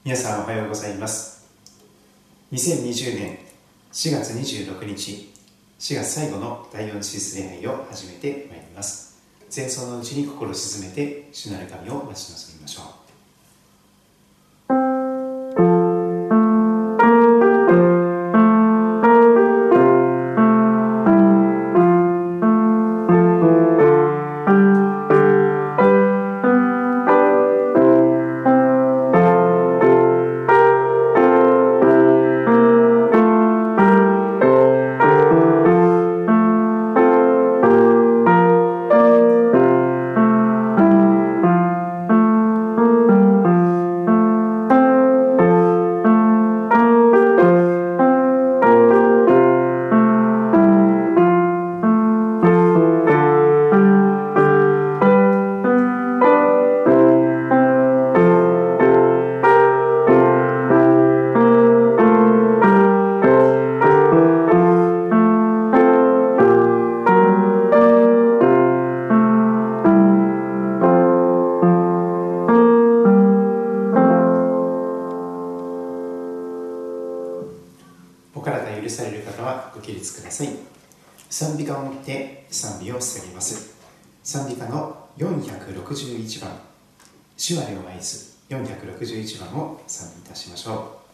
皆さんおはようございます。2020年4月26日、4月最後の第4シーズン礼拝を始めてまいります。前奏のうちに心を静めて主なる神を待ち望みましょう。お体許される方はご起立ください。賛美歌を持って賛美を捧げます。賛美歌の461番、主は両愛す461番を賛美いたしましょう。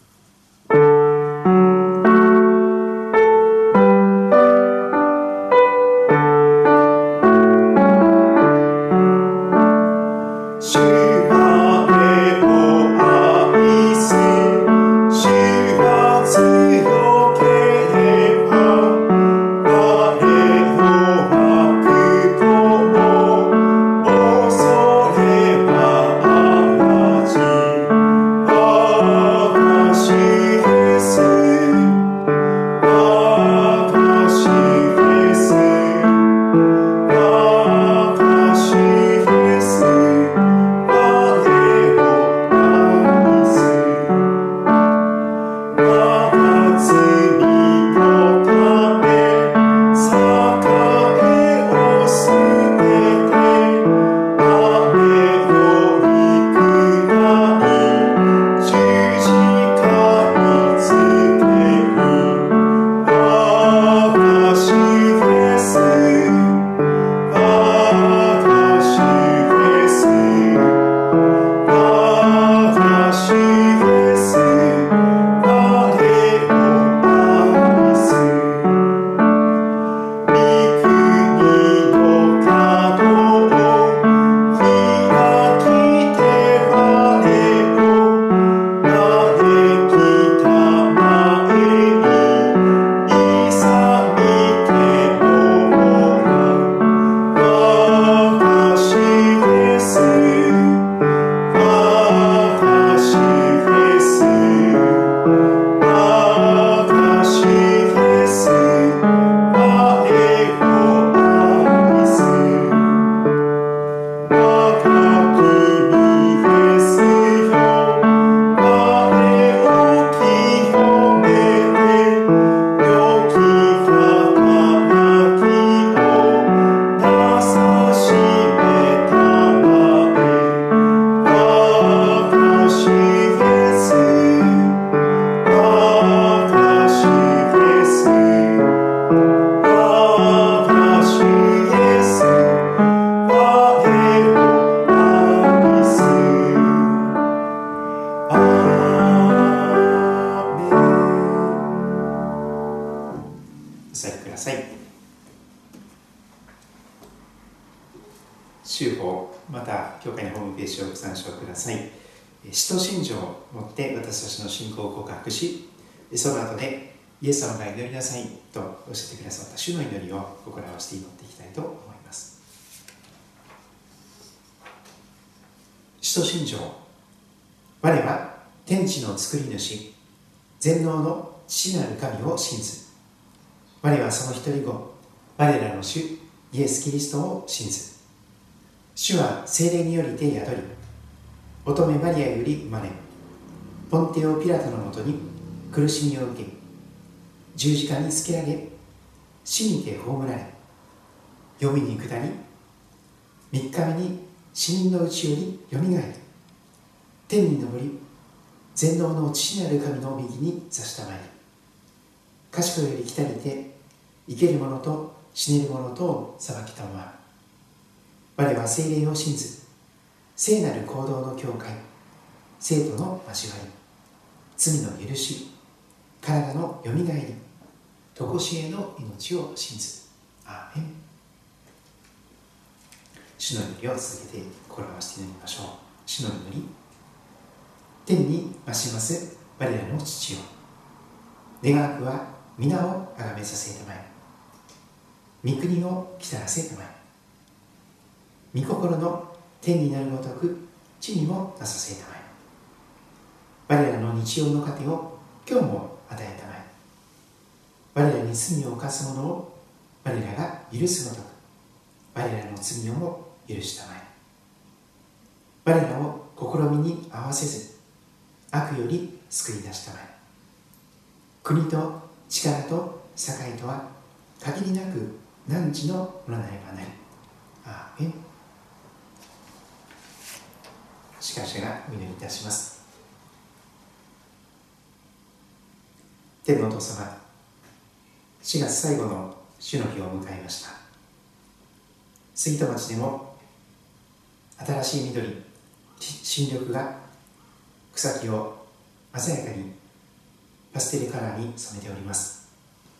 週報また教会のホームページをご参照ください。使徒信条を持って私たちの信仰を告白し、その後でイエス様が祈りなさいと教えてくださった主の祈りを心合わせて祈っていきたいと思います。使徒信条。我は天地の作り主、全能の父なる神を信ず。我はその一人子、我らの主イエス・キリストを信ず。主は聖霊によりて宿り、乙女マリアより生まれ、ポンテオ・ピラトのもとに苦しみを受け、十字架につけられ、死にて葬られ、黄泉に下り、3日目に死人のうちよりよみがえり、天に昇り、 全能の父なる神の右に差したまえり、賢いより来たりて生ける者と死ねる者とを裁きたまわ。我は聖霊を信ず、聖なる行動の教会、生徒の交わり、罪の許し、体のよみがえり、とこしえの命を信ず。アーメン。主の祈りを続けて心を合わせて祈りましょう。主の祈り。天に増します我らの父よ、願わくは皆をあがめさせてまえ。御国を来たらせてまえ。御心の天になるごとく地にもなさせてまえ。我らの日曜の糧を今日も与えたまえ。我らに罪を犯す者を我らが許すごとく我らの罪をも許したまえ。我らを試みに合わせず悪より救い出したまえ。国と力と栄とは限りなく汝のものなればなり。アーメン。司会者がお祈りいたします。天のお父様、4月最後の主の日を迎えました。杉戸町でも新しい緑、新緑が草木を鮮やかにパステルカラーに染めております。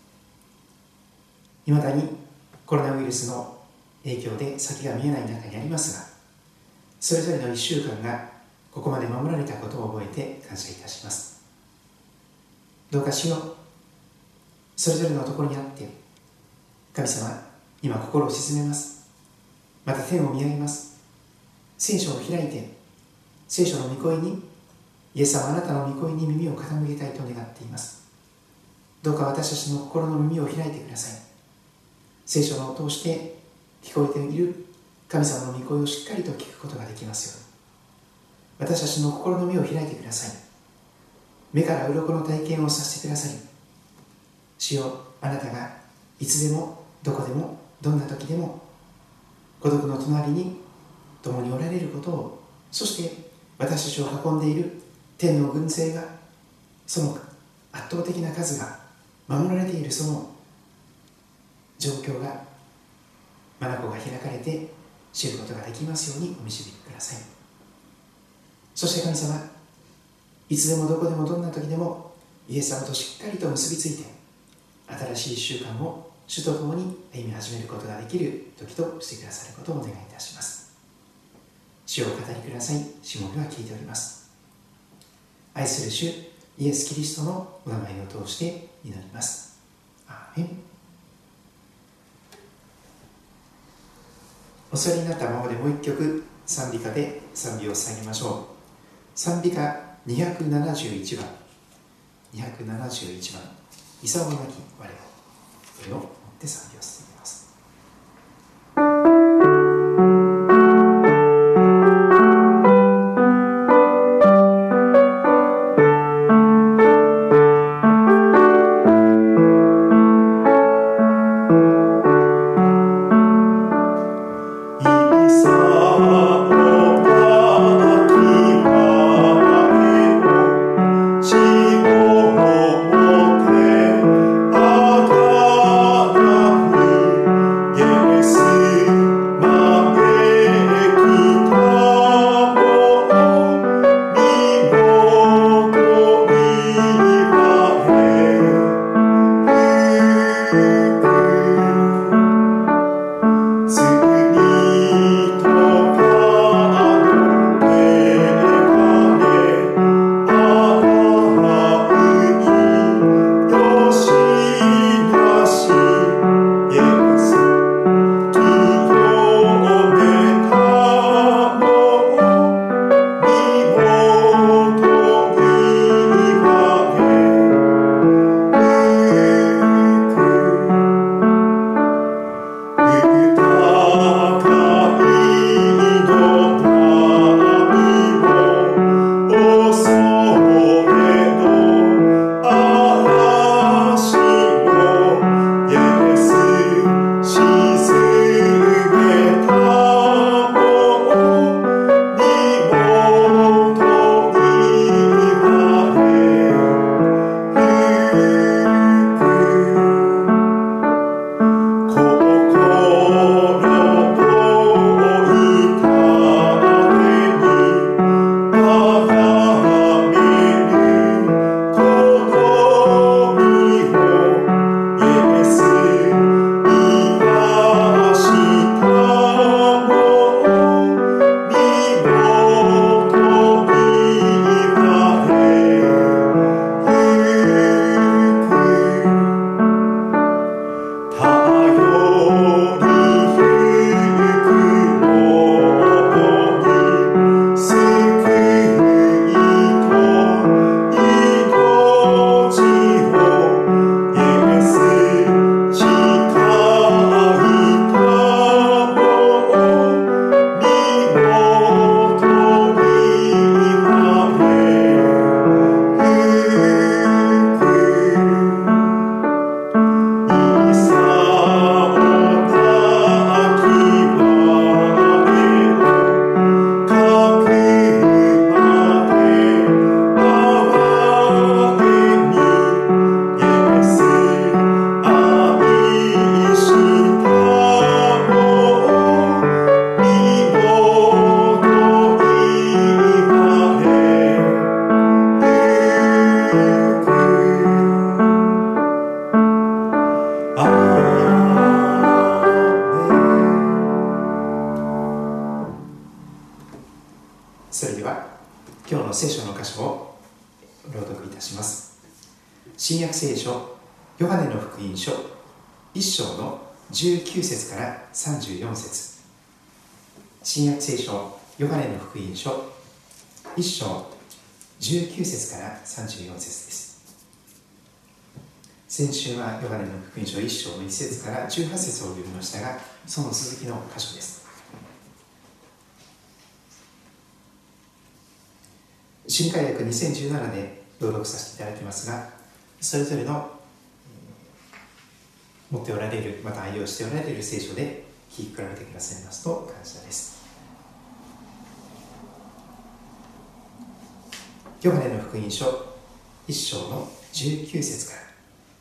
いまだにコロナウイルスの影響で先が見えない中にありますが、それぞれの1週間がここまで守られたことを覚えて感謝いたします。どうか主よ、それぞれのところにあって神様、今心を鎮めます。また天を見上げます。聖書を開いて聖書の御声に、イエス様あなたの御声に耳を傾けたいと願っています。どうか私たちの心の耳を開いてください。聖書を通して聞こえている神様の御声をしっかりと聞くことができますように、私たちの心の目を開いてください。目から鱗の体験をさせてください。主よ、あなたがいつでもどこでもどんな時でも孤独の隣に共におられることを、そして私たちを運んでいる天の軍勢が、その圧倒的な数が守られているその状況が、眼が開かれて知ることができますようにお導きください。そして神様、いつでもどこでもどんな時でもイエス様としっかりと結びついて、新しい習慣を主と共に歩み始めることができる時としてくださることをお願いいたします。主をお語りください。しもべは聞いております。愛する主イエス・キリストのお名前を通して祈ります。アーメン。お座りになったままでもう一曲賛美歌で賛美を捧げましょう。賛美歌271番、271番、勇まなき我を、これを持って賛美を進めます。 あ今日の聖書の箇所を朗読いたします。新約聖書ヨハネの福音書1章の19節から34節。新約聖書ヨハネの福音書1章19節から34節です。先週はヨハネの福音書1章の1節から18節を読みましたが、その続きの箇所です。新海訳2017で朗読させていただいていますが、それぞれの持っておられる、また愛用しておられる聖書で聞き比べてくださいますと感謝です。ヨハネの福音書1章の19節から。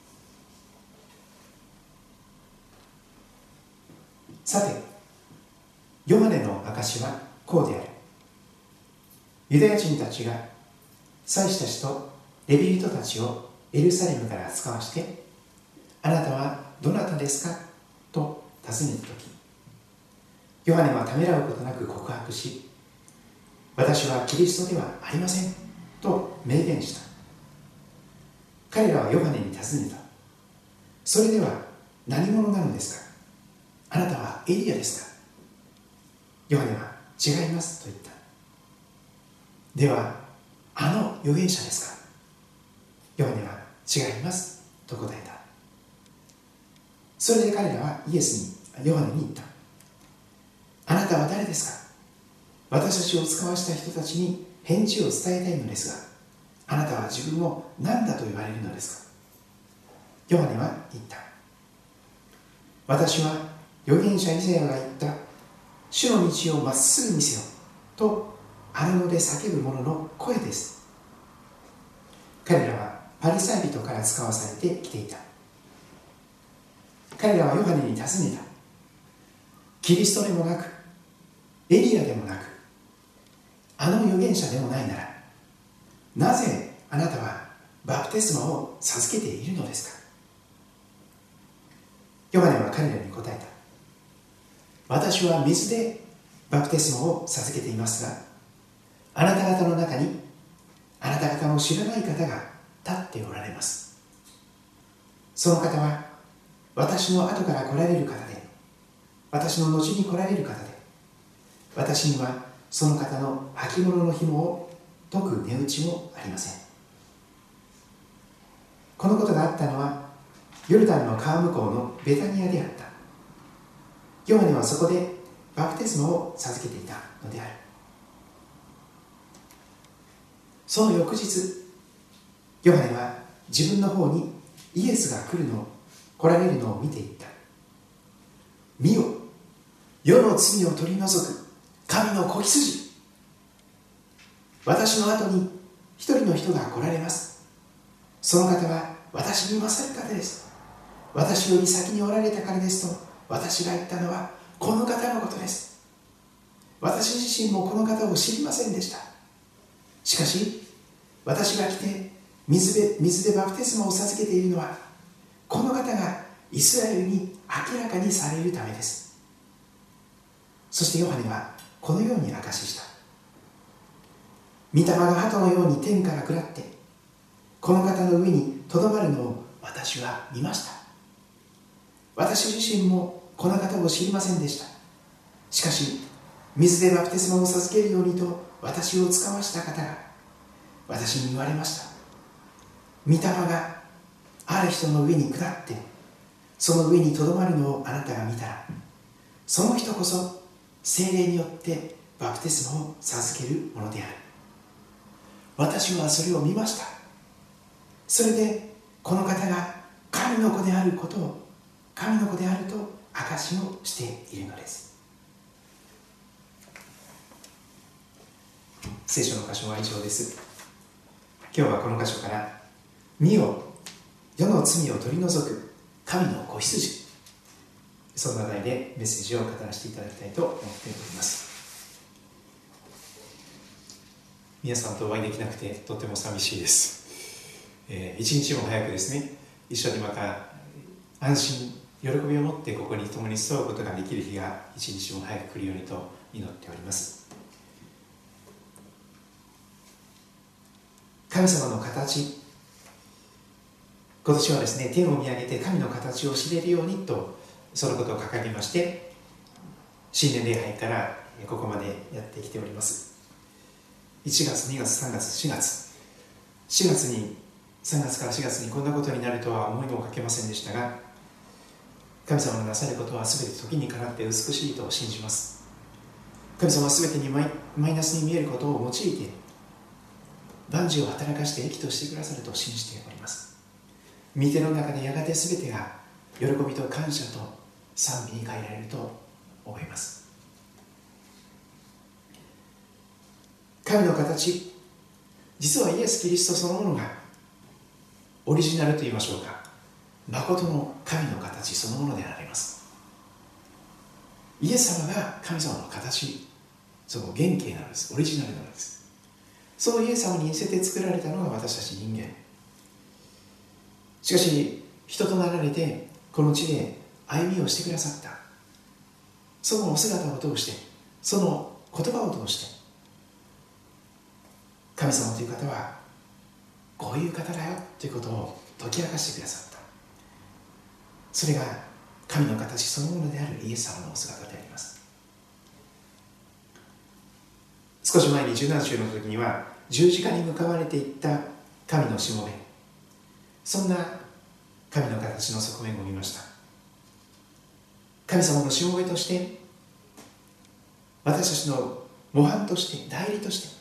さて、ヨハネの証はこうである。ユダヤ人たちが祭司たちとレビ人たちをエルサレムから遣わして、あなたはどなたですかと尋ねたとき、ヨハネはためらうことなく告白し、私はキリストではありませんと明言した。彼らはヨハネに尋ねた。それでは何者なのですか。あなたはエリアですか。ヨハネは違いますと言った。ではあの預言者ですか。ヨハネは違いますと答えた。それで彼らはヨハネに言った。あなたは誰ですか。私たちを使わした人たちに返事を伝えたいのですが、あなたは自分を何だと言われるのですか。ヨハネは言った。私は預言者イザヤが言った主の道をまっすぐ見せよと荒野で叫ぶ者の声です。彼らはパリサイ人から使わされてきていた。彼らはヨハネに尋ねた。キリストでもなくエリアでもなくあの預言者でもないなら、なぜあなたはバプテスマを授けているのですか。ヨハネは彼らに答えた。私は水でバプテスマを授けていますが、あなた方の中にあなた方の知らない方が立っておられます。その方は私の後から来られる方で、私の後に来られる方で、私にはその方の履物の紐を解く値打ちもありません。このことがあったのはヨルダンの川向こうのベタニアであった。ヨハネはそこでバプテスマを授けていたのである。その翌日、ヨハネは自分の方にイエスが来られるのを見ていった。見よ、世の罪を取り除く神の子羊。私の後に一人の人が来られます。その方は私に勝る方です。私より先におられたからですと私が言ったのはこの方のことです。私自身もこの方を知りませんでした。しかし私が来て水でバプテスマを授けているのは、この方がイスラエルに明らかにされるためです。そしてヨハネはこのように証しした。御霊が鳩のように天から下ってこの方の上にとどまるのを私は見ました。私自身もこの方を知りませんでした。しかし水でバプテスマを授けるようにと私を使わした方が私に言われました。御霊がある人の上に下ってその上にとどまるのをあなたが見たら、その人こそ聖霊によってバプテスマを授けるものである。私はそれを見ました。それでこの方が神の子であることを、神の子であると証しをしているのです。聖書の箇所は以上です。今日はこの箇所から見よ、世の罪を取り除く神の子羊、そんな題でメッセージを語らせていただきたいと思っております。皆さんとお会いできなくてとても寂しいです。一日も早くですね、一緒にまた安心喜びを持ってここに共に集うことができる日が一日も早く来るようにと祈っております。 神様の形、今年はですね、天を見上げて神の形を知れるようにと、そのことを掲げまして、新年礼拝からここまでやってきております。1月、2月、3月、4月、3月から4月にこんなことになるとは思いもかけませんでしたが、神様のなさることは全て時にかなって美しいと信じます。神様は全てにマイナスに見えることを用いて、万事を働かして益としてくださると信じております。御手の中でやがて全てが喜びと感謝と賛美に変えられると思います。神の形、実はイエス・キリストそのものがオリジナルと言いましょうか、誠の神の形そのものであります。イエス様が神様の形、その原型なのです。オリジナルなのです。そのイエス様に似せて作られたのが私たち人間。しかし人となられてこの地で歩みをしてくださった、そのお姿を通して、その言葉を通して、神様という方はこういう方だよということを解き明かしてくださった。それが神の形そのものであるイエス様のお姿であります。少し前に17週の時には十字架に向かわれていった神のしもべ、そんな神の形の側面を見ました。神様のしもべとして、私たちの模範として、代理として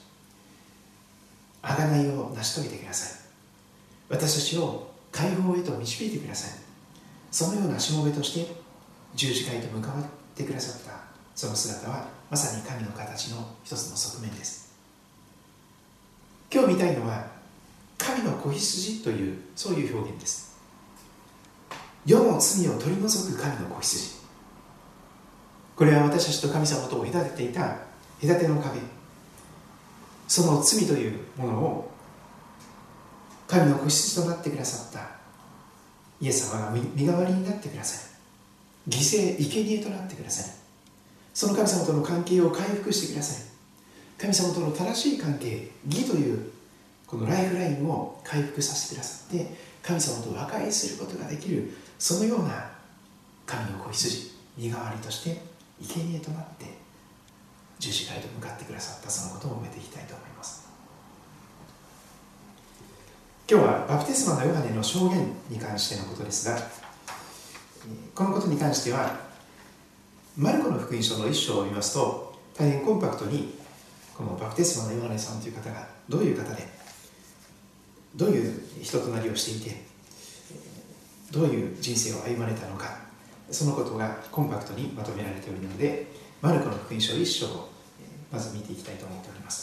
贖いを成し遂げてください。私たちを解放へと導いてください。そのようなしもべとして十字架へと向かってくださったその姿は、まさに神の形の一つの側面です。今日見たいのは神の子羊という、そういう表現です。世の罪を取り除く神の子羊、これは私たちと神様とを隔てていた隔ての壁、その罪というものを神の子羊となってくださったイエス様が身代わりになってください。犠牲、生贄となってください。その神様との関係を回復してください。神様との正しい関係、義というこのライフラインを回復させてくださって、神様と和解することができる、そのような神の子羊、身代わりとして生贄となって十字架へと向かってくださった、そのことを覚えていきたいと思います。今日はバプテスマのヨハネの証言に関してのことですが、このことに関してはマルコの福音書の1章を見ますと、大変コンパクトにこのバプテスマのヨハネさんという方がどういう方で、どういう人となりをしていて、どういう人生を歩まれたのか、そのことがコンパクトにまとめられておるので、マルコの福音書1章をまず見ていきたいと思っております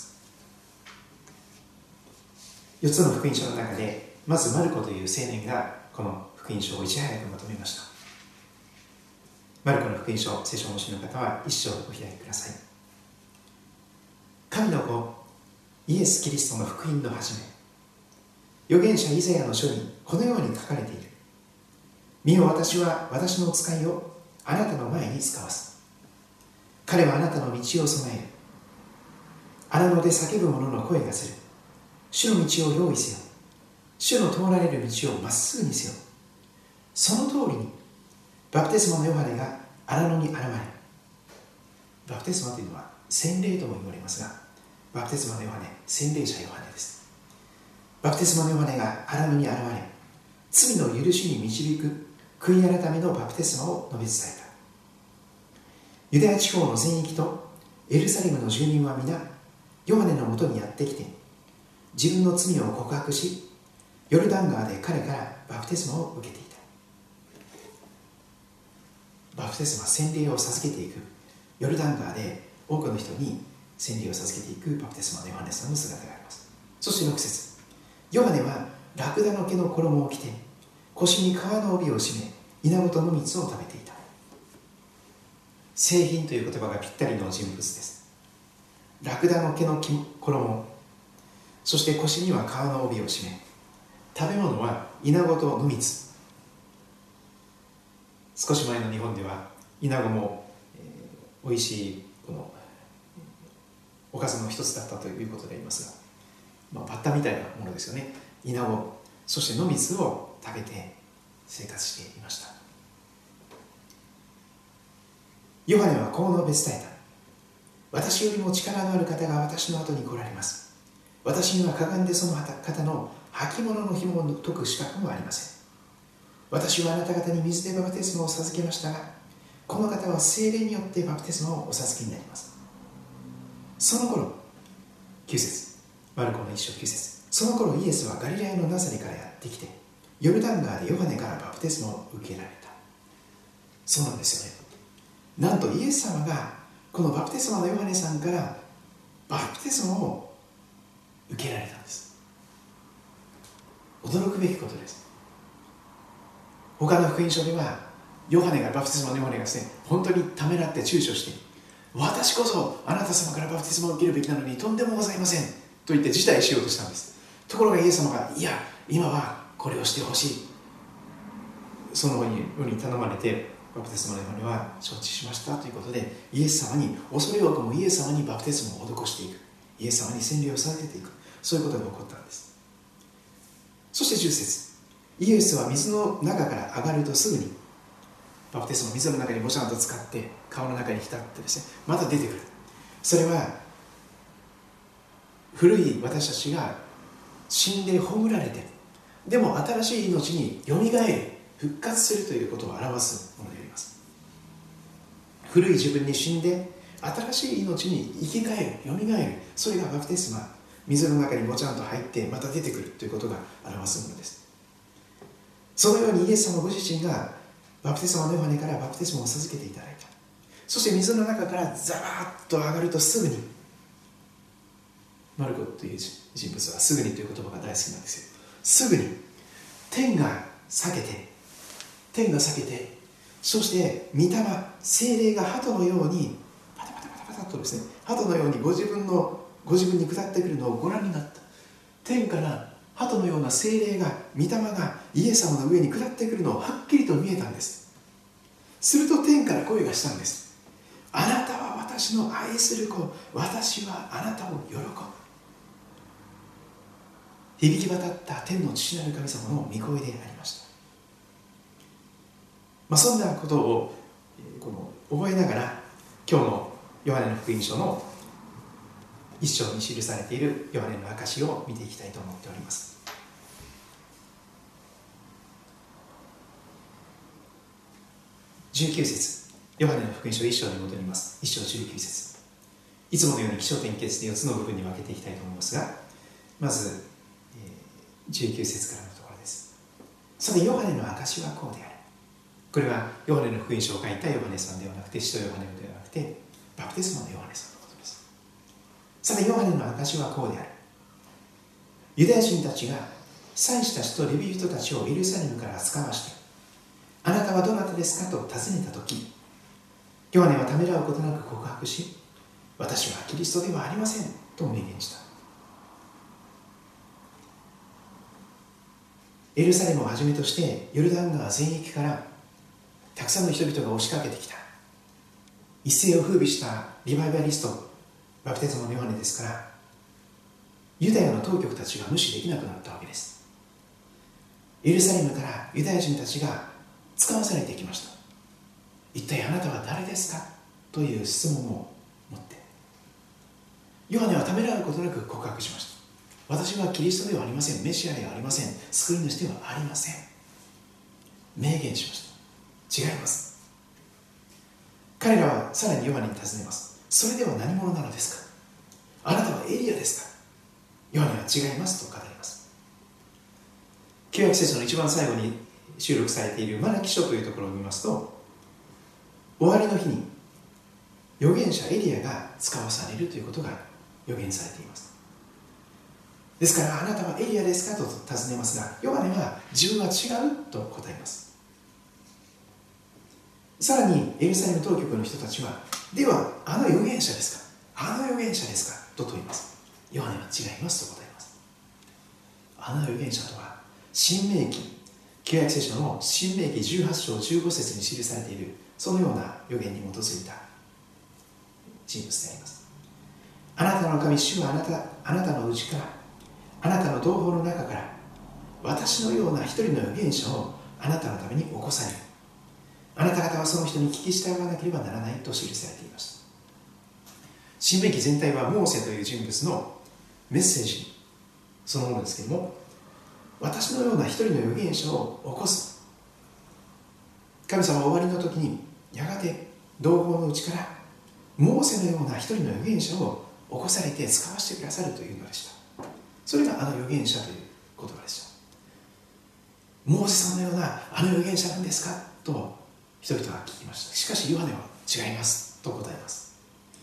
。4つの福音書の中で、まずマルコという青年がこの福音書をいち早くまとめました。マルコの福音書、聖書をお持ちの方は1章をお開きください。神の子イエス・キリストの福音の始め、預言者イザヤの書にこのように書かれている。見よ、私は私の使いをあなたの前に使わす。彼はあなたの道を備える。荒野で叫ぶ者の声がする。主の道を用意せよ。主の通られる道をまっすぐにせよ。その通りにバプテスマのヨハネが荒野に現れ、バプテスマというのは洗礼とも言われますが、バプテスマのヨハネ、洗礼者ヨハネです。バプテスマのヨハネが荒野に現れ、罪の許しに導く悔い改めのバプテスマを述べ伝えた。ユダヤ地方の全域とエルサレムの住民は皆ヨハネのもとにやってきて、自分の罪を告白し、ヨルダン川で彼からバプテスマを受けていた。バプテスマ、洗礼を授けていく、ヨルダン川で多くの人に洗礼を授けていくバプテスマのヨハネさんの姿があります。そして6節、ヨハネはラクダの毛の衣を着て、腰に皮の帯を締め、稲子との蜜を食べていた。聖品という言葉がぴったりの人物です。ラクダの毛の衣、そして腰には皮の帯を締め、食べ物は稲子との蜜。少し前の日本では稲子も、美味しいこのおかずの一つだったということでありますが、 バッタみたいなものですよね。イナゴ、そして野水を食べて生活していました。ヨハネはこう述べ伝えた。私よりも力のある方が私の後に来られます。私にはかがんでその方の履物の紐を解く資格もありません。私はあなた方に水でバプテスマを授けましたが、この方は聖霊によってバプテスマをお授けになります。その頃、9節、マルコの1章9節、その頃イエスはガリラヤのナザレからやってきて、ヨルダン川でヨハネからバプテスマを受けられた。そうなんですよね。なんとイエス様がこのバプテスマのヨハネさんからバプテスマを受けられたんです。驚くべきことです。他の福音書ではヨハネがバプテスマのヨハネがですね、本当にためらって躊躇して、私こそあなた様からバプテスマを受けるべきなのにとんでもございませんと言って辞退しようとしたんです。ところがイエス様が、いや今はこれをしてほしい、そのように頼まれて、バプテスマのヨハネは承知しましたということで、イエス様に恐れ多くもイエス様にバプテスマを施していく、イエス様に洗礼を授けていく、そういうことが起こったんです。そして10節、イエスは水の中から上がるとすぐにバプテスマを水の中にボシャンと使って顔の中に浸ってですね、また出てくる。それは古い私たちが死んで葬られて、でも新しい命によみがえる、復活するということを表すものであります。古い自分に死んで新しい命に生き返る、よみがえる、それがバプテスマ、水の中にボチャンと入ってまた出てくるということが表すものです。そのようにイエス様ご自身がバプテスマのヨハネからバプテスマを授けていただいた。そして水の中からザーッと上がるとすぐに、マルコという人物はすぐにという言葉が大好きなんですよ。すぐに天が裂けて、そして御霊、聖霊が鳩のようにパタパタパタパタとですね、鳩のようにご自分に下ってくるのをご覧になった。天から鳩のような聖霊が、御霊がイエス様の上に下ってくるのをはっきりと見えたんです。すると天から声がしたんです。あなたは私の愛する子、私はあなたを喜ぶ。響き渡った天の父なる神様の御声でありました。そんなことを覚えながら、今日のヨハネの福音書の一章に記されているヨハネの証を見ていきたいと思っております。19節、ヨハネの福音書一章に戻ります。一章19節、いつものように起承転結で4つの部分に分けていきたいと思いますが、まず19節からのところです。さてヨハネの証はこうである。これはヨハネの福音書を書いたヨハネさんではなくて、使徒ヨハネではなくて、バプテスマのヨハネさんのことです。さてヨハネの証はこうである。ユダヤ人たちが祭司たちとレビ人たちをエルサレムから扱わして、あなたはどなたですかと尋ねたとき、ヨハネはためらうことなく告白し、私はキリストではありませんと明言した。エルサレムをはじめとしてヨルダン川全域からたくさんの人々が押しかけてきた。一世を風靡したリバイバリスト、バプテスマのヨハネですから、ユダヤの当局たちが無視できなくなったわけです。エルサレムからユダヤ人たちが使わされてきました。一体あなたは誰ですかという質問を持って、ヨハネはためらうことなく告白しました。私はキリストではありません、メシアではありません、救い主ではありません。明言しました。違います。彼らはさらにヨハネに尋ねます。それでは何者なのですか。あなたはエリアですか。ヨハネは違いますと語ります。旧約聖書の一番最後に収録されているマラキ書というところを見ますと、終わりの日に預言者エリアが使わされるということが予言されています。ですから、あなたはエリアですかと尋ねますが、ヨハネは自分は違うと答えます。さらにエルサレム当局の人たちは、ではあの預言者ですか、あの預言者ですかと問います。ヨハネは違いますと答えます。あの預言者とは、新明記、旧約聖書の新明記18章15節に記されている、そのような預言に基づいた人物であります。あなたの神主はあなたのうちからあなたの同胞の中から私のような一人の預言者をあなたのために起こされる。あなた方はその人に聞き従わなければならないと記されていました。新明記全体はモーセという人物のメッセージそのものですけれども、私のような一人の預言者を起こす。神様は終わりの時にやがて同胞のうちからモーセのような一人の預言者を起こされて使わせてくださるというのでした。それがあの預言者という言葉でした。モーセさんのようなあの預言者なんですかと人々は聞きました。しかしヨハネは違いますと答えます。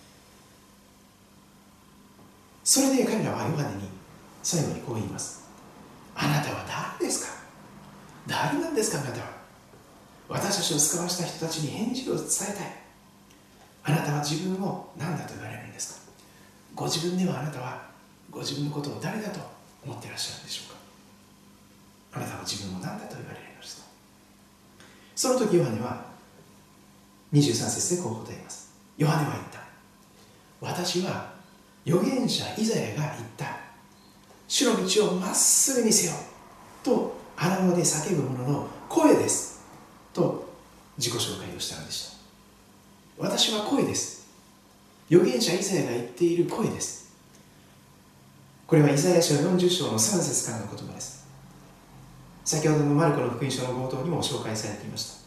それで彼らはヨハネに最後にこう言います。あなたは誰ですか？誰なんですか？あなたは私たちを使わした人たちに返事を伝えたい。あなたは自分を何だと言われるんですか？ご自分ではあなたはご自分のことを誰だと思っていらっしゃるんでしょうか？あなたは自分を何だと言われるのですか？その時ヨハネは23節でこう答えます。ヨハネは言った。私は預言者イザヤが言った。主の道をまっすぐにせよと荒野で叫ぶ者の声ですと自己紹介をしたのでした。私は声です。預言者イザヤが言っている声です。これはイザヤ書40章の3節からの言葉です。先ほどのマルコの福音書の冒頭にも紹介されていました。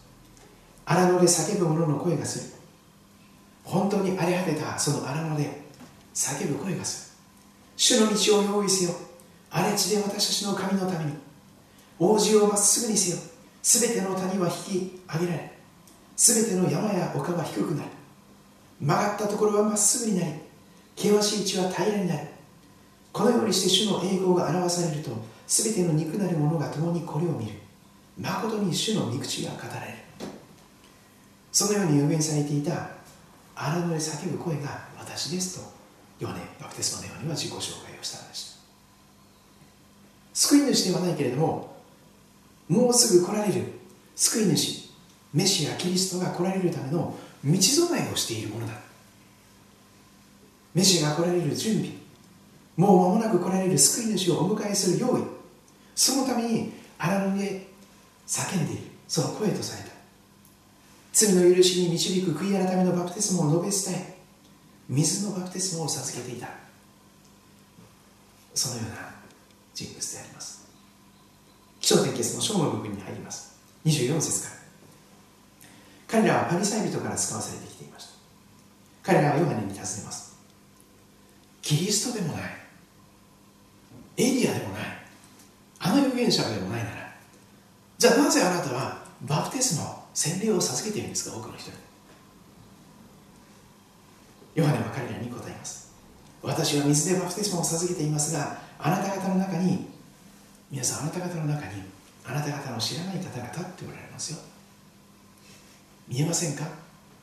荒野で叫ぶ者の声がする。本当に荒れ果てたその荒野で叫ぶ声がする。主の道を用意せよ。荒れ地で私たちの神のために。王子をまっすぐにせよ。すべての谷は引き上げられ、すべての山や丘は低くなる。曲がったところはまっすぐになり、険しい地は平らになる。このようにして主の栄光が表されると、すべての肉なる者が共にこれを見る。誠に主の御口が語られる。そのように予言されていた荒野で叫ぶ声が私ですと、ヨハネバプテスマのようには自己紹介をしたのでした。救い主ではないけれども、もうすぐ来られる救い主メシアキリストが来られるための道備えをしているものだ。メシアが来られる準備、もう間もなく来られる救い主をお迎えする用意、そのために荒野で叫んでいる、その声とされた。罪の許しに導く悔い改めのバプテスマを述べ伝え、水のバプテスマを授けていた、そのような人物であります。起承転結の章の部分に入ります。24節から。彼らはパリサイ人から使わされてきていました。彼らはヨハネに尋ねます。キリストでもない、エリアでもない、あの預言者でもないなら、じゃあなぜあなたはバプテスマを洗礼を授けているんですか？多くの人に。ヨハネは彼らに答えます。私は水でバプテスマを授けていますが、あなた方の中に、皆さん、あなた方の中にあなた方の知らない方が立っておられますよ。見えませんか？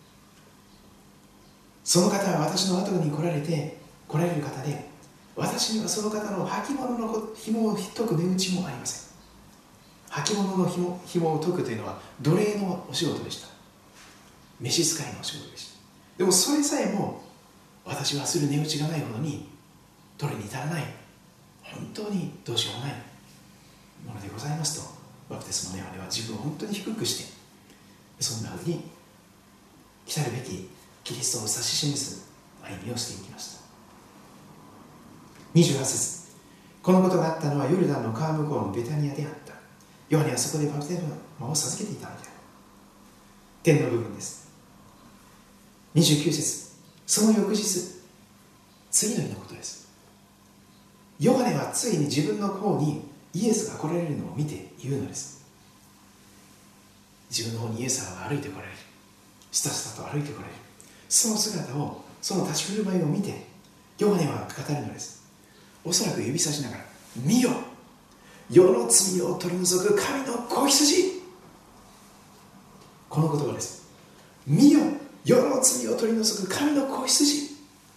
その方は私の後に来られる方で、私にはその方の履物の紐を解く値打ちもありません。履物の紐を解くというのは奴隷のお仕事でした。召使いのお仕事でした。でもそれさえも私はする値打ちがないほどに取るに至らない、本当にどうしようもないものでございますと、バプテスマのヨハネは自分を本当に低くして、そんなふうに来たるべきキリストを指し示す歩みをしていきました。28節、このことがあったのはヨルダンの川向こうのベタニアであった。ヨハネはそこでバプテスマを授けていたのである。点の部分です。29節、その翌日、次の日のことです。ヨハネはついに自分の方にイエスが来られるのを見て言うのです。自分の方にイエス様が歩いてこられる、スタスタと歩いてこられる、その姿を、その立ち振る舞いを見てヨハネは語るのです。おそらく指さしながら、見よ、世の罪を取り除く神の子羊。この言葉です。見よ、世の罪を取り除く神の子羊。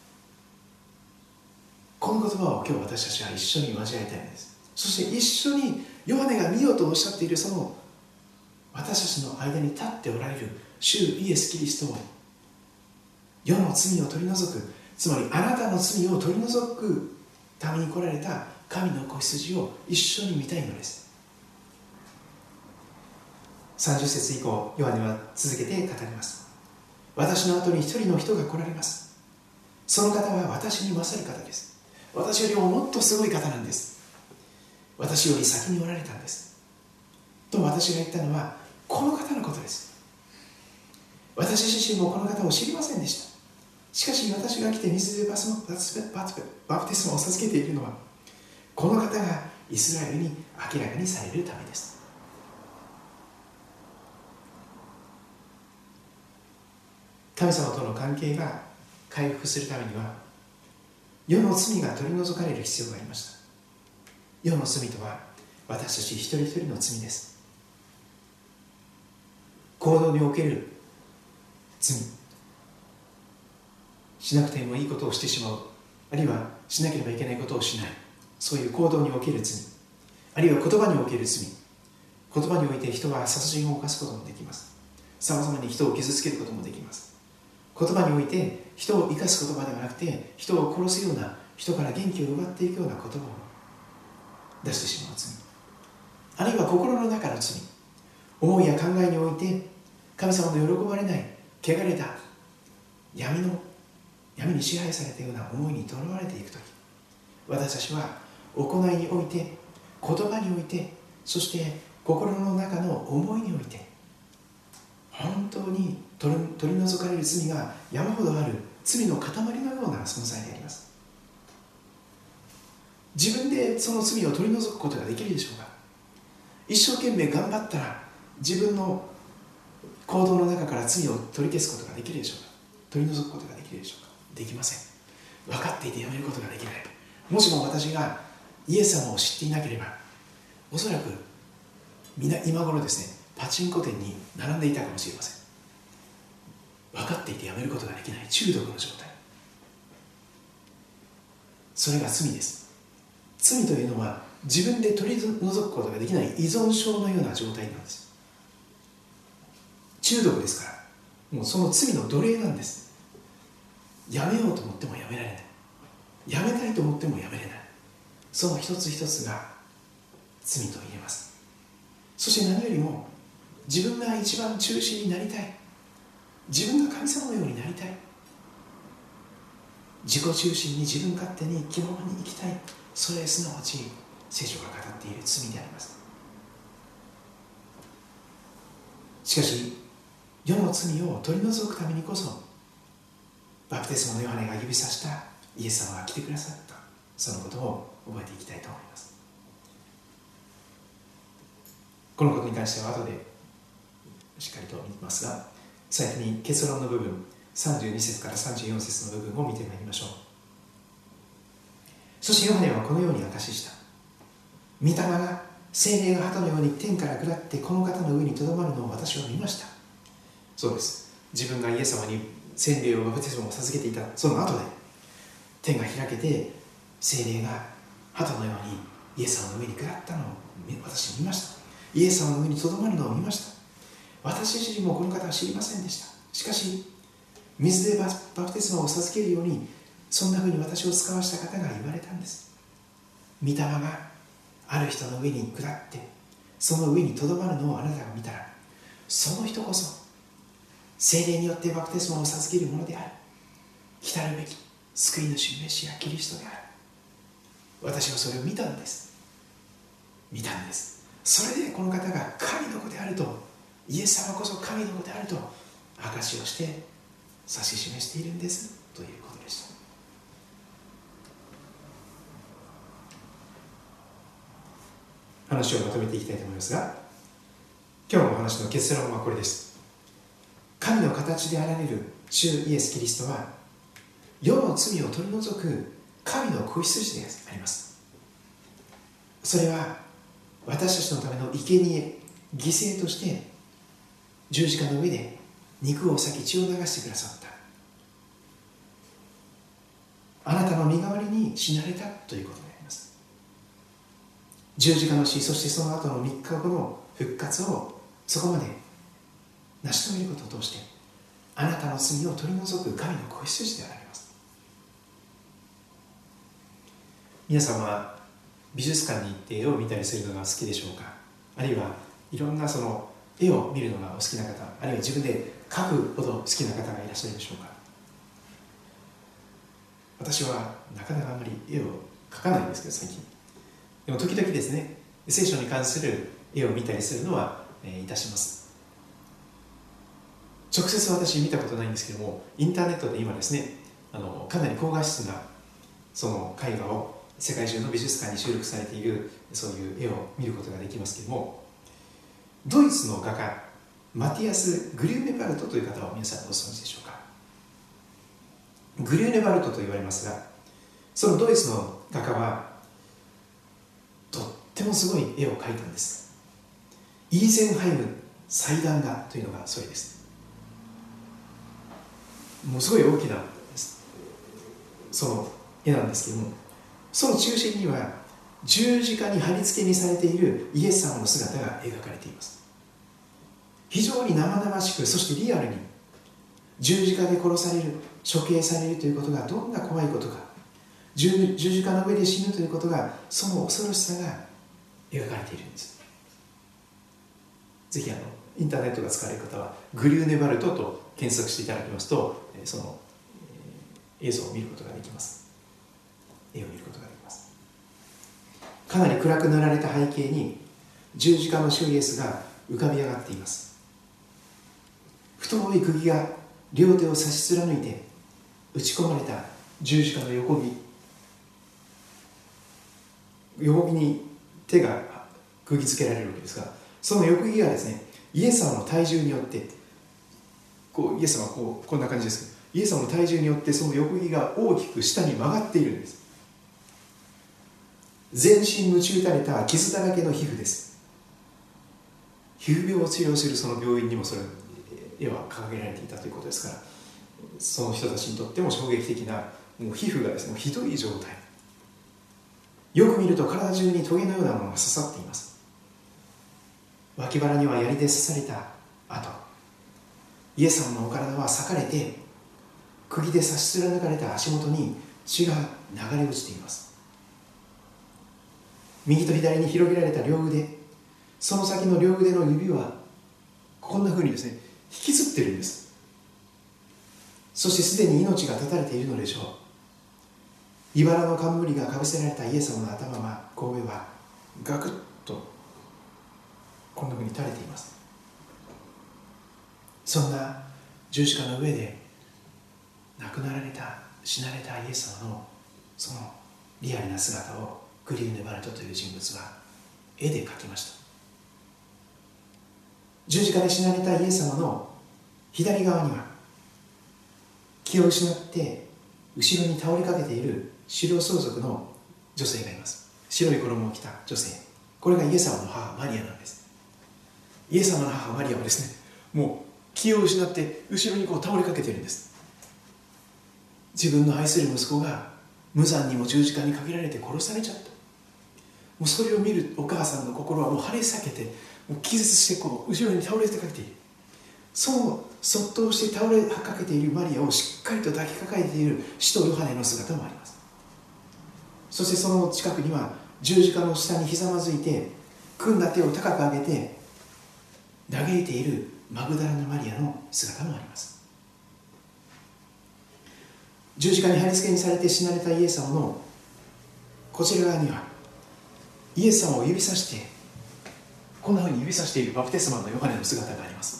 この言葉を今日私たちは一緒に交えたいのです。そして一緒にヨハネが見よとおっしゃっているその私たちの間に立っておられる主イエス・キリストを、世の罪を取り除く、つまりあなたの罪を取り除くために来られた神の子羊を一緒に見たいのです。30節以降、ヨハネは続けて語ります。私の後に一人の人が来られます。その方は私に勝る方です。私よりももっとすごい方なんです。私より先におられたんです。と私が言ったのはこの方のことです。私自身もこの方を知りませんでした。しかし私が来て水でバプテスマを授けているのは、この方がイスラエルに明らかにされるためです。神様との関係が回復するためには、世の罪が取り除かれる必要がありました。世の罪とは私たち一人一人の罪です。行動における罪、しなくてもいいことをしてしまう、あるいはしなければいけないことをしない、そういう行動における罪、あるいは言葉における罪。言葉において人は殺人を犯すこともできます。さまざまに人を傷つけることもできます。言葉において人を生かす言葉ではなくて、人を殺すような、人から元気を奪っていくような言葉を出してしまう罪、あるいは心の中の罪、思いや考えにおいて神様の喜ばれない、汚れた闇に支配されたような思いにとらわれていくとき、私たちは行いにおいて、言葉において、そして心の中の思いにおいて、本当に取り除かれる罪が山ほどある罪の塊のような存在であります。自分でその罪を取り除くことができるでしょうか。一生懸命頑張ったら自分の行動の中から罪を取り消すことができるでしょうか。取り除くことができるでしょうか。できません。分かっていてやめることができない。もしも私がイエス様を知っていなければ、おそらく今頃ですね、パチンコ店に並んでいたかもしれません。分かっていてやめることができない中毒の状態、それが罪です。罪というのは自分で取り除くことができない依存症のような状態なんです。中毒ですから、もうその罪の奴隷なんです。やめようと思ってもやめられない、やめたいと思ってもやめれない、その一つ一つが罪と言えます。そして何よりも自分が一番中心になりたい、自分が神様のようになりたい、自己中心に自分勝手に気ままに生きたい、それすなわち聖書が語っている罪であります。しかし世の罪を取り除くためにこそ、バプテスマのヨハネが指さしたイエス様が来てくださった、そのことを覚えていきたいと思います。このことに関しては後でしっかりと見ますが、最初に結論の部分、32節から34節の部分を見てまいりましょう。そしてヨハネはこのように証しした。御霊が、聖霊が鳩のように天から下ってこの方の上にとどまるのを私は見ました。そうです。自分がイエス様に聖霊をバプテスマを授けていたその後で、天が開けて聖霊が鳩のようにイエス様の上に下ったのを私は見ました。イエス様の上にとどまるのを見ました。私自身もこの方は知りませんでした。しかし水でバプテスマを授けるように、そんなふうに私を使わした方が言われたんです。御霊がある人の上に下ってその上にとどまるのをあなたが見たら、その人こそ聖霊によってバプテスマを授けるものである、来たるべき救い主メシアキリストである。私はそれを見たんです。それでこの方が神の子であると、イエス様こそ神の子であると証しをして指し示しているんですということでした。話をまとめていきたいと思いますが、今日のお話の結論はこれです。神の形であられる主イエス・キリストは、世の罪を取り除く神の子羊であります。それは私たちのための生贄、犠牲として十字架の上で肉を裂き血を流してくださった、あなたの身代わりに死なれたということであります。十字架の死、そしてその後の3日後の復活をそこまで成し遂げることを通して、あなたの罪を取り除く神の子羊であります。皆さんは美術館に行って絵を見たりするのが好きでしょうか。あるいはいろんなその絵を見るのがお好きな方、あるいは自分で描くほど好きな方がいらっしゃるでしょうか。私はなかなかあまり絵を描かないんですけど最近。でも時々ですね、聖書に関する絵を見たりするのは、いたします。直接私見たことないんですけども、インターネットで今ですね、かなり高画質なその絵画を世界中の美術館に収録されているそういう絵を見ることができますけれども、ドイツの画家マティアス・グリューネバルトという方を皆さんご存知でしょうか。グリューネバルトと言われますが、そのドイツの画家はとってもすごい絵を描いたんです。イーゼンハイム祭壇画というのがそれです。もうすごい大きなその絵なんですけども、その中心には十字架に貼り付けにされているイエス様の姿が描かれています。非常に生々しく、そしてリアルに十字架で殺される、処刑されるということがどんな怖いことか、十字架の上で死ぬということが、その恐ろしさが描かれているんです。ぜひインターネットが使われる方はグリューネバルトと検索していただきますと、その映像を見ることができます。絵を見ることができます。かなり暗く塗られた背景に十字架の主イエスが浮かび上がっています。太い釘が両手を差し貫いて打ち込まれた十字架の横木に手が釘付けられるわけですが、その横木がですね、イエス様の体重によってイエス様はこんな感じですけど、イエス様の体重によってその横木が大きく下に曲がっているんです。全身むち打たれた傷だらけの皮膚です。皮膚病を治療するその病院にもそれ絵は掲げられていたということですから、その人たちにとっても衝撃的な、もう皮膚がですね、ひどい状態。よく見ると体中にトゲのようなものが刺さっています。脇腹には槍で刺された跡、イエス様のお体は裂かれて、釘で刺し貫かれた足元に血が流れ落ちています。右と左に広げられた両腕、その先の両腕の指はこんなふうにですね、引きずってるんです。そしてすでに命が絶たれているのでしょう。茨の冠がかぶせられたイエス様の頭は、神戸はガクッとこんなふうに垂れています。そんな十字架の上で亡くなられた、死なれたイエス様のそのリアルな姿をグリューネバルトという人物は絵で描きました。十字架で死なれたイエス様の左側には気を失って後ろに倒れかけている白装束の女性がいます。白い衣を着た女性、これがイエス様の母マリアなんです。イエス様の母マリアはですね、もう気を失って後ろに倒れかけているんです。自分の愛する息子が無残にも十字架にかけられて殺されちゃった。もうそれを見るお母さんの心はもう腫れ裂けて、もう気絶して後ろに倒れかけている。そうそっとして倒れかけているマリアをしっかりと抱きかかえている使徒ヨハネの姿もあります。そしてその近くには十字架の下にひざまずいて組んだ手を高く上げて嘆いているマグダラのマリアの姿もあります。十字架に貼り付けにされて死なれたイエス様のこちら側にはイエス様を指さしてこんなふうに指さしているバプテスマのヨハネの姿があります。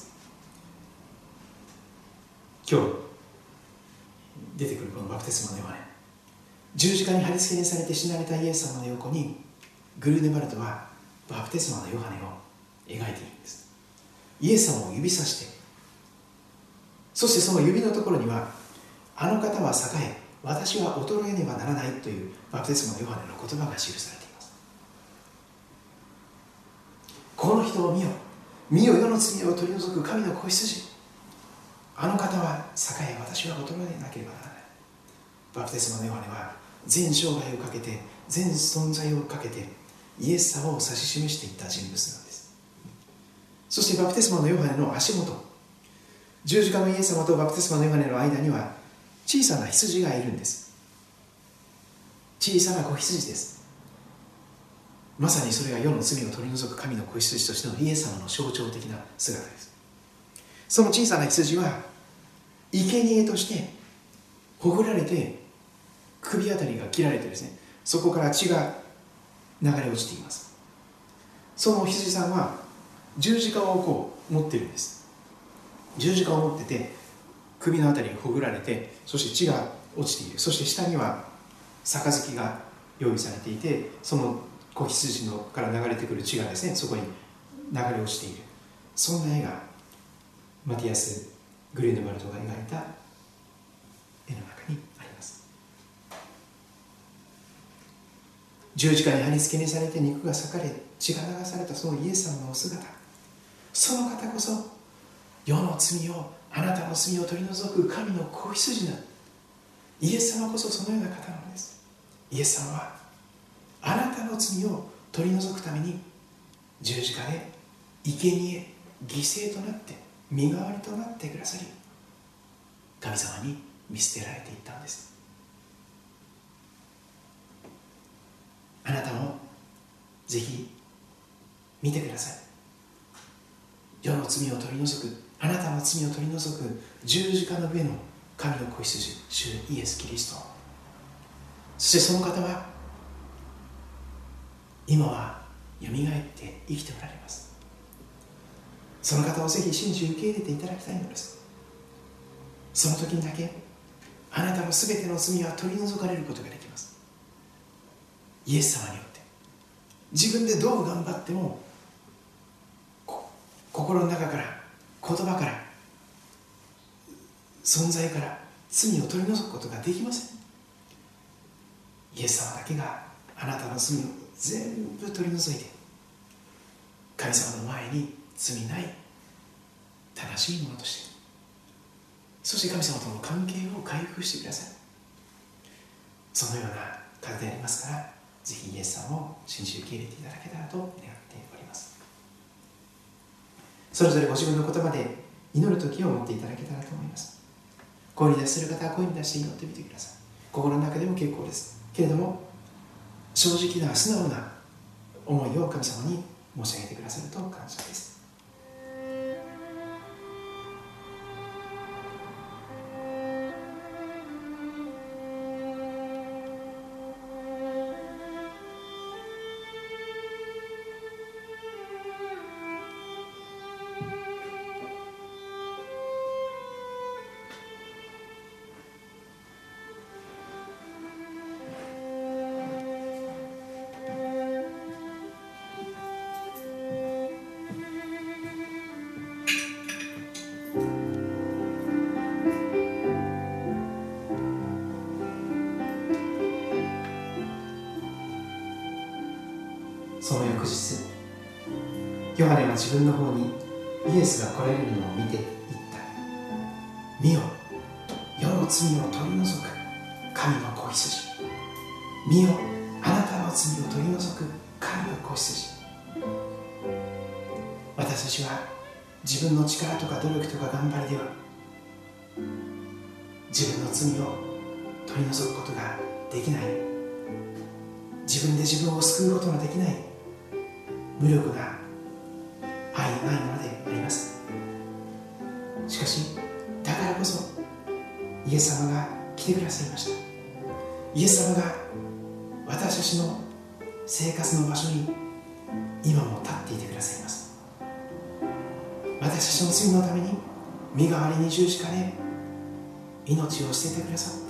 今日出てくるこのバプテスマのヨハネ、十字架に貼り付けにされて死なれたイエス様の横にグルーネバルトはバプテスマのヨハネを描いているんです。イエス様を指さして、そしてその指のところにはあの方は栄え私は衰えねばならないというバプテスマのヨハネの言葉が記されています。この人を見よ、見よ世の罪を取り除く神の子羊、あの方は栄え私は衰えなければならない。バプテスマのヨハネは全生涯をかけて全存在をかけてイエス様を指し示していった人物なんです。そしてバプテスマのヨハネの足元、十字架のイエス様とバプテスマのヨハネの間には小さな羊がいるんです。小さな子羊です。 まさにそれが世の罪を取り除く神の子羊としてのイエス様の象徴的な姿です。その小さな羊は生贄としてほぐられて、首あたりが切られてですね、そこから血が流れ落ちています。その羊さんは十字架をこう持ってるんです。十字架を持ってて、首のあたりがほぐられて、そして血が落ちている。そして下には杯が用意されていて、その子羊のから流れてくる血がですね、そこに流れ落ちている。そんな絵がマティアス・グリューネバルトが描いた絵の中にあります。十字架に貼り付けにされて肉が裂かれ、血が流されたそのイエス様のお姿、その方こそ世の罪を、あなたの罪を取り除く神の子羊だ。イエス様こそそのような方なのです。イエス様はあなたの罪を取り除くために十字架で生贄、犠牲となって身代わりとなってくださり、神様に見捨てられていったんです。あなたもぜひ見てください。世の罪を取り除く、あなたの罪を取り除く十字架の上の神の子羊、主イエス・キリスト。そしてその方は今はよみがえって生きておられます。その方をぜひ信じ受け入れていただきたいのです。その時にだけあなたのすべての罪は取り除かれることができます。イエス様によって。自分でどう頑張っても心の中から、言葉から、存在から罪を取り除くことができません。イエス様だけがあなたの罪を全部取り除いて、神様の前に罪ない正しいものとして、そして神様との関係を回復してください。そのような方でありますから、ぜひイエス様を信じ受け入れていただけたらと願っております。それぞれご自分の言葉で祈る時を持っていただけたらと思います。声に出している方は声に出して祈ってみてください。心の中でも結構です。けれども正直な素直な思いを神様に申し上げてくださると感謝です。その翌日、ヨハネは自分の方にイエスが来られるのを見て言った。見よ、世の罪を取り除く神の子羊。見よ、あなたの罪を取り除く神の子羊。私たちは自分の力とか努力とか頑張りでは自分の罪を取り除くことができない。自分で自分を救うことができない無力な愛のないものであります。しかしだからこそイエス様が来てくださいました。イエス様が私たちの生活の場所に今も立っていてくださいます。私たちの罪のために身代わりに十字架で命を捨ててくださって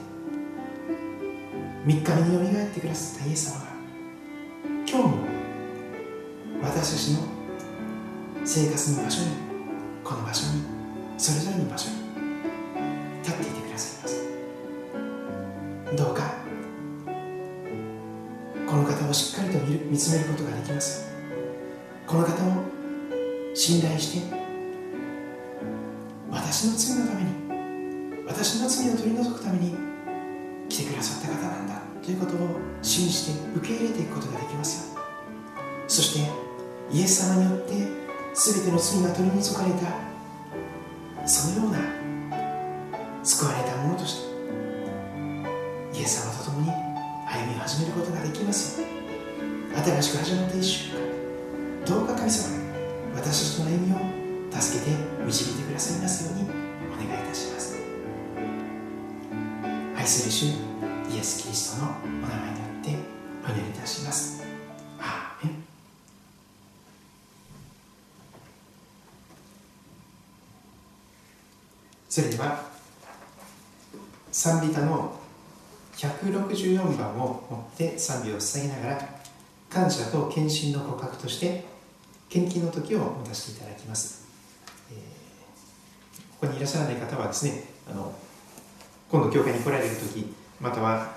3日目によみがえってくださったイエス様が今日も私たちの生活の場所に、この場所に、それぞれの場所に立っていてくださいます。どうかこの方をしっかりと見つめることができますよ。この方を信頼して私の罪のために、私の罪を取り除くために来てくださった方なんだということを信じて受け入れていくことができますよ。そしてイエス様によって全ての罪が取り除かれたそのような救われたものとしてイエス様と共に歩みを始めることができますよ。 新しく始まった1週間、どうか神様、私たちの歩みを助けて導いてくださいますようにお願いいたします。愛する主イエス・キリストのお名前によってお願いいたします。アーメン。それでは賛美歌の164番を持って賛美を捧げながら、感謝と献身の告白として献金の時を持たせていただきます。ここにいらっしゃらない方はですね、今度教会に来られる時、または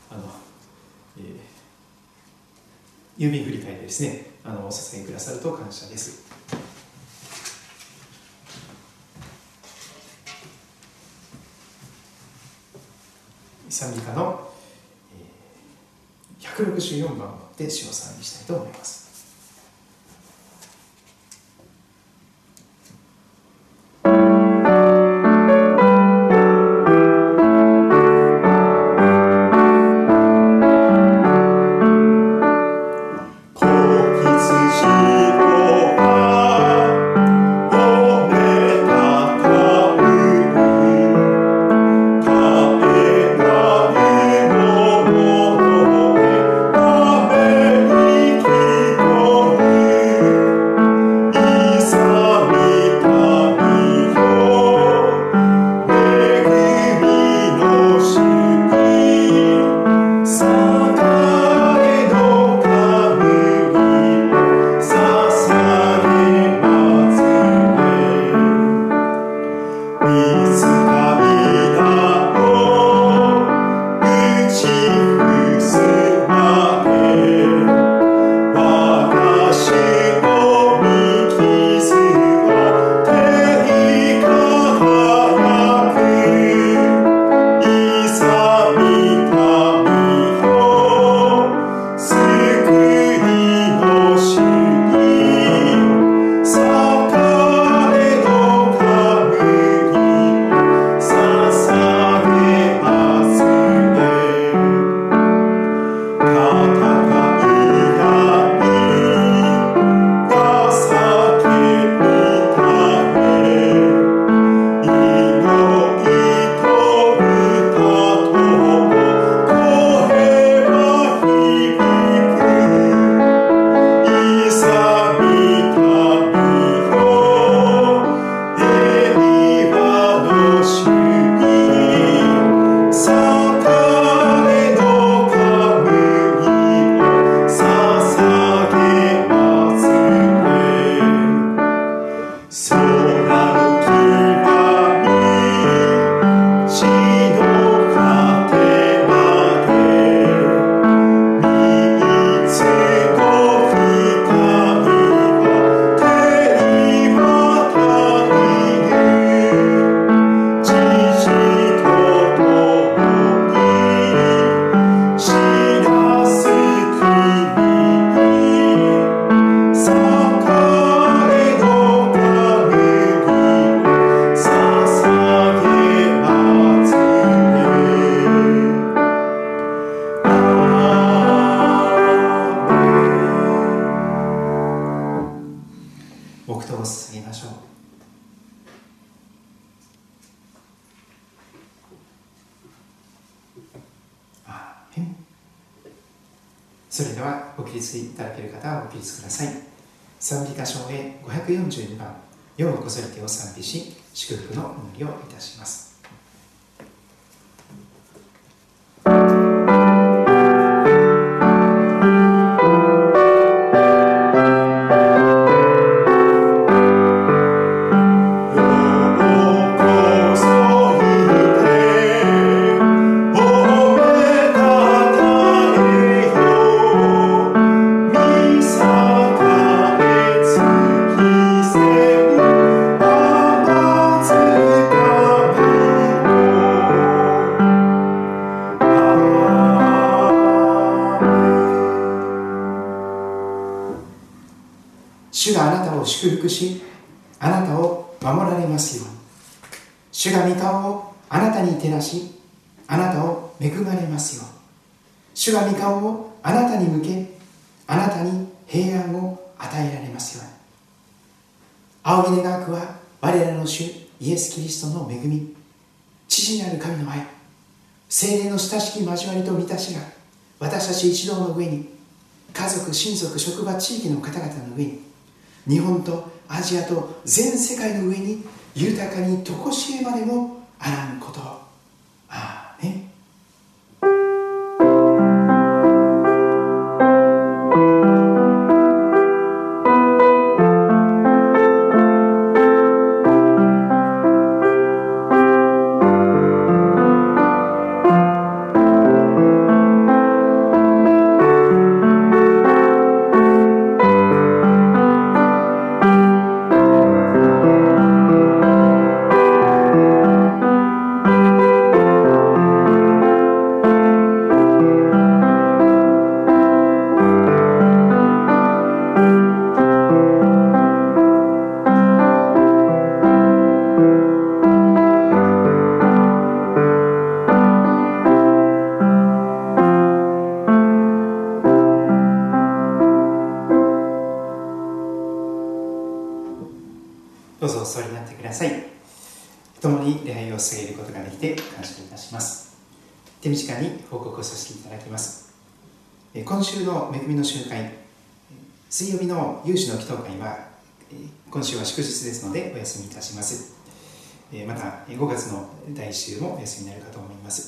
郵便振り替えでですね、お捧げくださると感謝です。賛美歌の164番を持って主を賛美したいと思います。それではご起立いただける方はご起立ください。賛美歌唱へ542番、世をこそりてを賛美し、祝福の祈りをいたします。主があなたを祝福し、あなたを守られますように。主が御顔をあなたに照らし、あなたを恵まれますように。主が御顔をあなたに向け、 あなたに平安を与えられますように。仰ぎ願うくは我らの主イエス・キリストの恵み、父なる神の愛、聖霊の親しき交わりと満たしが私たち一同の上に、家族、親族、職場、地域の方々の上に、日本とアジアと全世界の上に豊かに常しえまでもあらんことを。アーメン。どうぞお座りになってください。共に礼拝を捧げることができて感謝いたします。手短に報告をさせていただきます。今週の恵みの集会、水曜日の有志の祈祷会は今週は祝日ですのでお休みいたします。また5月の第1週もお休みになるかと思います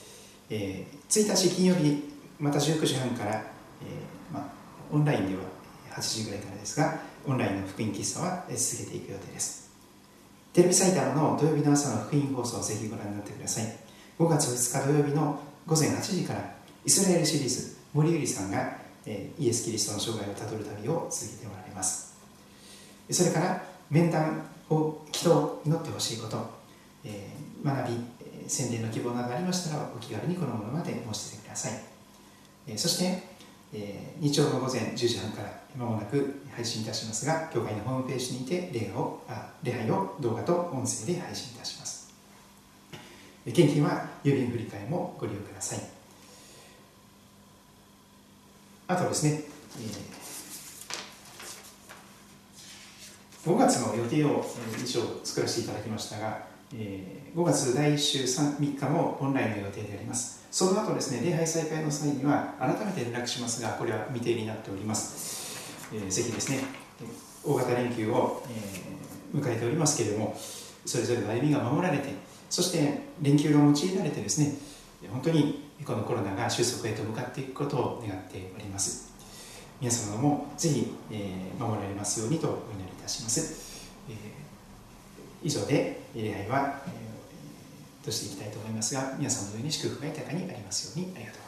。1日金曜日また19時半から、オンラインでは8時ぐらいからですが、オンラインの福音喫茶は続けていく予定です。テレビ埼玉の土曜日の朝の福音放送をぜひご覧になってください。5月2日土曜日の午前8時からイスラエルシリーズ森ゆりさんがイエス・キリストの生涯をたどる旅を続けておられます。それから面談を祈祷祈ってほしいこと、学び宣伝の希望などありましたらお気軽にこのものまで申し出てください。そして日曜の午前10時半から間もなく配信いたしますが、教会のホームページにて礼拝を動画と音声で配信いたします。献金は郵便振替もご利用ください。あとですね、5月の予定を一応作らせていただきましたが、5月第1週3日もオンラインの予定であります。その後ですね、礼拝再開の際には改めて連絡しますが、これは未定になっております。ぜひですね、大型連休を、迎えておりますけれども、それぞれの歩みが守られて、そして連休が用いられてですね、本当にこのコロナが収束へと向かっていくことを願っております。皆様もぜひ、守られますようにとお祈りいたします。以上で礼拝は、としていきたいと思いますが、皆様の上に祝福が豊かにありますように。ありがとうございます。